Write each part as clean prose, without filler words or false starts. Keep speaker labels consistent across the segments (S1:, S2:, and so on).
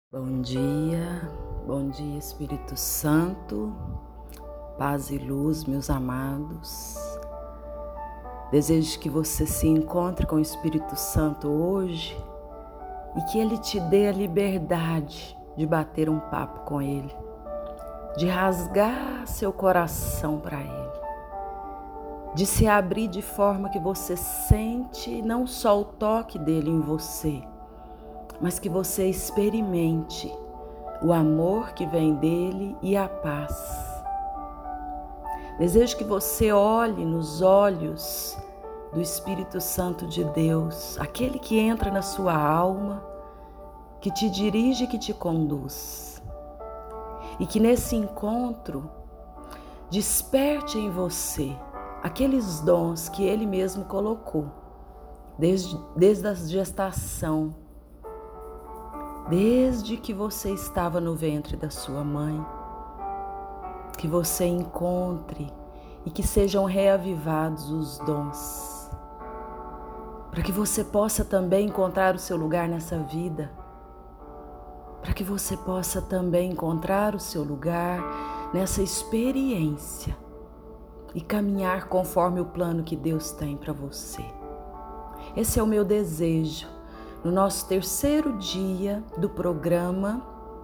S1: Bom dia Espírito Santo, paz e luz, meus amados. Desejo que você se encontre com o Espírito Santo hoje e que Ele te dê a liberdade de bater um papo com Ele, de rasgar seu coração para Ele, de se abrir de forma que você sente não só o toque dele em você, mas que você experimente o amor que vem dele e a paz. Desejo que você olhe nos olhos do Espírito Santo de Deus, aquele que entra na sua alma, que te dirige e que te conduz. E que nesse encontro desperte em você aqueles dons que Ele mesmo colocou, desde a gestação, desde que você estava no ventre da sua mãe, que você encontre e que sejam reavivados os dons, para que você possa também encontrar o seu lugar nessa vida, para que você possa também encontrar o seu lugar nessa experiência e caminhar conforme o plano que Deus tem para você. Esse é o meu desejo no nosso terceiro dia do programa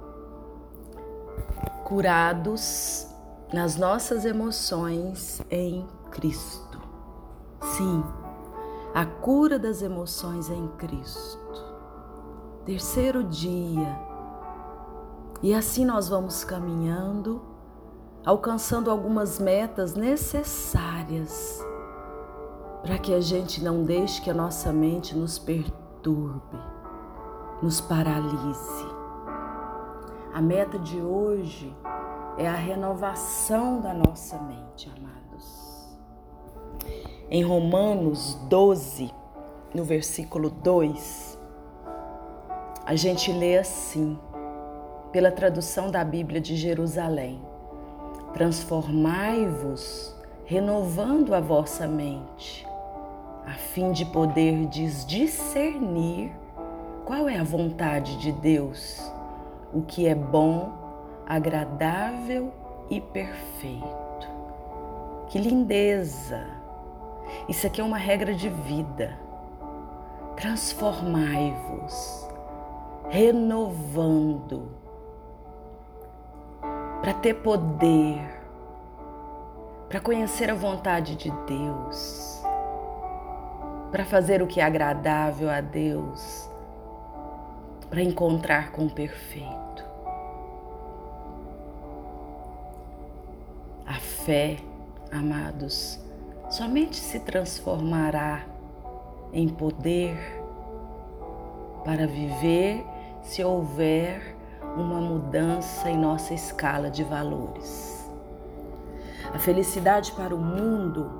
S1: Curados nas Nossas Emoções em Cristo. Sim, a cura das emoções em Cristo. Terceiro dia. E assim nós vamos caminhando, alcançando algumas metas necessárias para que a gente não deixe que a nossa mente nos perturbe, nos paralise. A meta de hoje é a renovação da nossa mente, amados. Em Romanos 12, no versículo 2, a gente lê assim, pela tradução da Bíblia de Jerusalém: transformai-vos, renovando a vossa mente, a fim de poderdes discernir qual é a vontade de Deus, o que é bom, agradável e perfeito. Que lindeza! Isso aqui é uma regra de vida. Transformai-vos, renovando, para ter poder, para conhecer a vontade de Deus, para fazer o que é agradável a Deus, para encontrar com o perfeito. A fé, amados, somente se transformará em poder para viver se houver uma mudança em nossa escala de valores. A felicidade para o mundo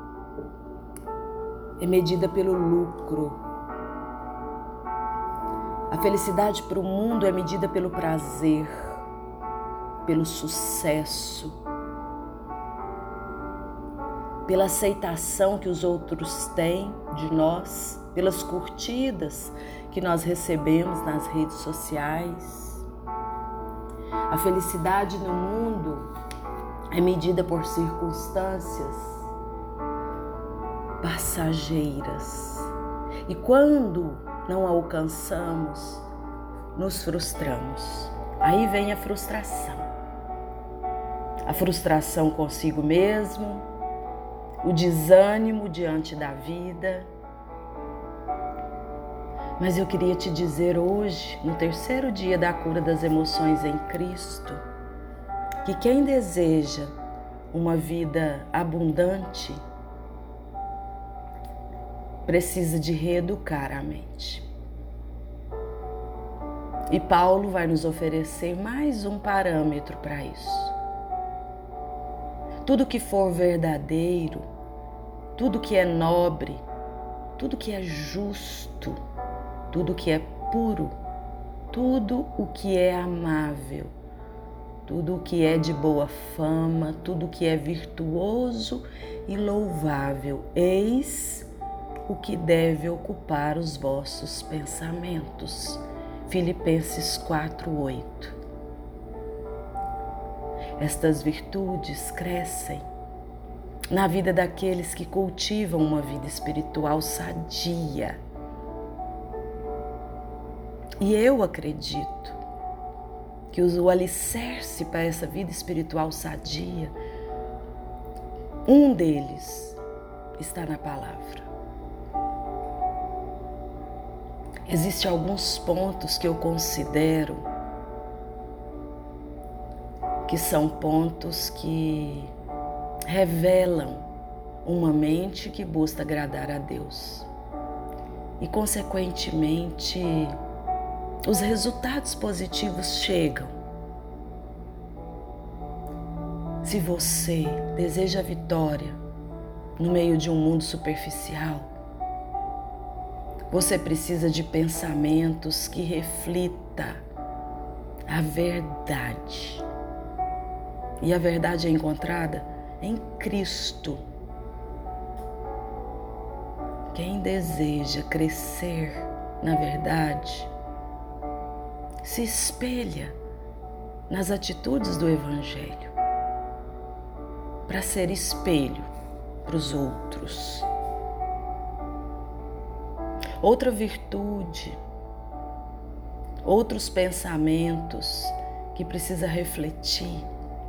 S1: é medida pelo lucro. A felicidade para o mundo é medida pelo prazer, pelo sucesso, pela aceitação que os outros têm de nós, pelas curtidas que nós recebemos nas redes sociais. A felicidade no mundo é medida por circunstâncias passageiras. E quando não alcançamos, nos frustramos. Aí vem a frustração. A frustração consigo mesmo, o desânimo diante da vida. Mas eu queria te dizer hoje, no terceiro dia da cura das emoções em Cristo, que quem deseja uma vida abundante precisa de reeducar a mente. E Paulo vai nos oferecer mais um parâmetro para isso. Tudo que for verdadeiro, tudo que é nobre, tudo que é justo, tudo que é puro, tudo o que é amável, tudo o que é de boa fama, tudo o que é virtuoso e louvável, eis o que deve ocupar os vossos pensamentos. Filipenses 4:8. Estas virtudes crescem na vida daqueles que cultivam uma vida espiritual sadia. E eu acredito que o alicerce para essa vida espiritual sadia, um deles está na palavra. Existem alguns pontos que eu considero que são pontos que revelam uma mente que busca agradar a Deus. E, consequentemente, os resultados positivos chegam. Se você deseja a vitória no meio de um mundo superficial, você precisa de pensamentos que reflitam a verdade. E a verdade é encontrada em Cristo. Quem deseja crescer na verdade se espelha nas atitudes do Evangelho para ser espelho para os outros. Outra virtude, outros pensamentos que precisa refletir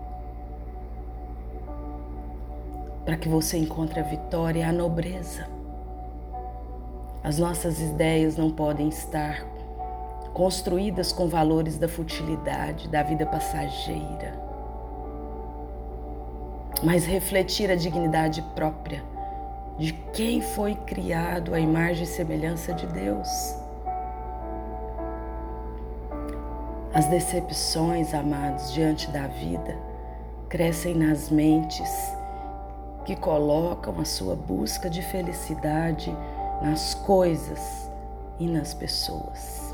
S1: para que você encontre a vitória é a nobreza. As nossas ideias não podem estar construídas com valores da futilidade, da vida passageira, mas refletir a dignidade própria de quem foi criado à imagem e semelhança de Deus. As decepções, amados, diante da vida, crescem nas mentes que colocam a sua busca de felicidade nas coisas e nas pessoas.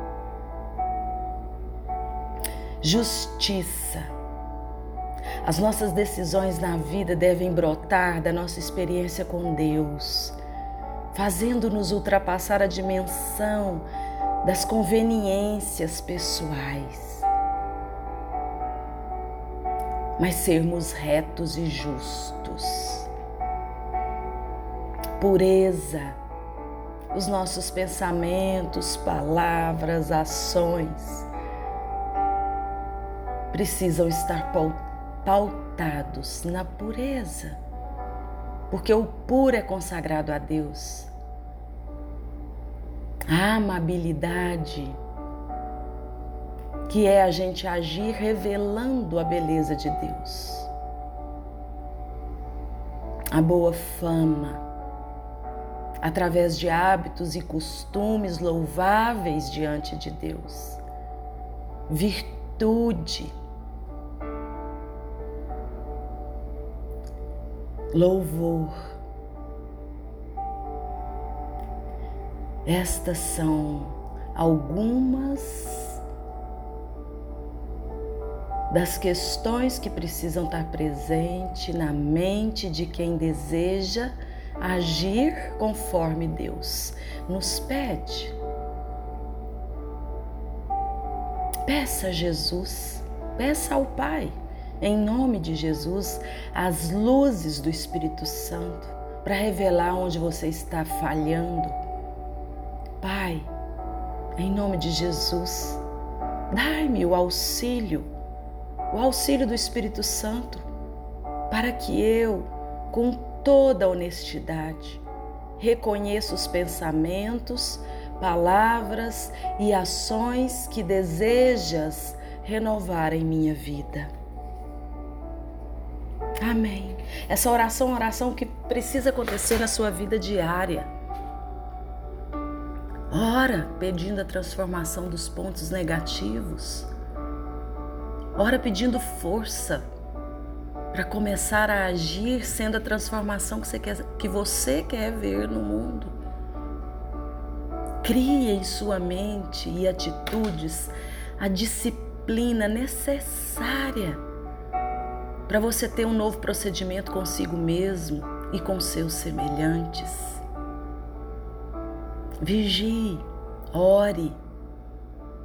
S1: Justiça. As nossas decisões na vida devem brotar da nossa experiência com Deus, fazendo-nos ultrapassar a dimensão das conveniências pessoais, mas sermos retos e justos. Pureza. Os nossos pensamentos, palavras, ações precisam estar pautados na pureza, porque o puro é consagrado a Deus. A amabilidade, que é a gente agir revelando a beleza de Deus. A boa fama, através de hábitos e costumes louváveis diante de Deus. Virtude, louvor. Estas são algumas das questões que precisam estar presentes na mente de quem deseja agir conforme Deus nos pede. Peça a Jesus, peça ao Pai, em nome de Jesus, as luzes do Espírito Santo para revelar onde você está falhando. Pai, em nome de Jesus, dai-me o auxílio do Espírito Santo, para que eu, com toda a honestidade, reconheça os pensamentos, palavras e ações que desejas renovar em minha vida. Amém. Essa oração é uma oração que precisa acontecer na sua vida diária. Ora pedindo a transformação dos pontos negativos. Ora pedindo força para começar a agir sendo a transformação que você quer ver no mundo. Crie em sua mente e atitudes a disciplina necessária para você ter um novo procedimento consigo mesmo e com seus semelhantes. Vigie, ore,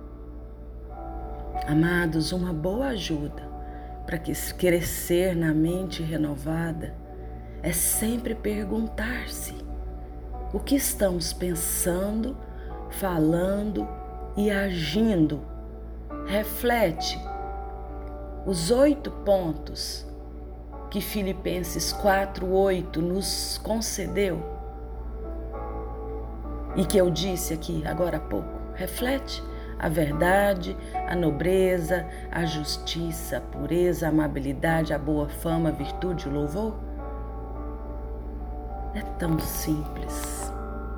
S1: Amados, uma boa ajuda para crescer na mente renovada é sempre perguntar-se o que estamos pensando, falando e agindo. Reflete os 8 pontos que Filipenses 4:8 nos concedeu e que eu disse aqui agora há pouco. Reflete a verdade, a nobreza, a justiça, a pureza, a amabilidade, a boa fama, a virtude, o louvor. É tão simples.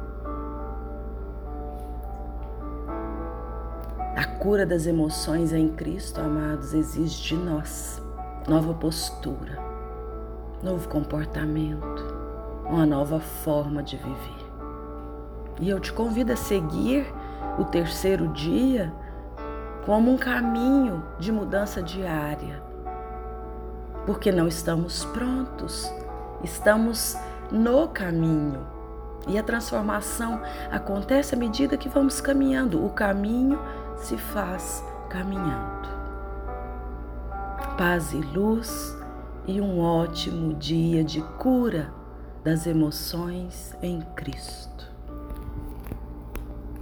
S1: A cura das emoções em Cristo, amados, exige de nós nova postura, novo comportamento, uma nova forma de viver. E eu te convido a seguir o 3º dia como um caminho de mudança diária, porque não estamos prontos, estamos no caminho. E a transformação acontece à medida que vamos caminhando. O caminho se faz caminhando. Paz e luz e um ótimo dia de cura das emoções em Cristo.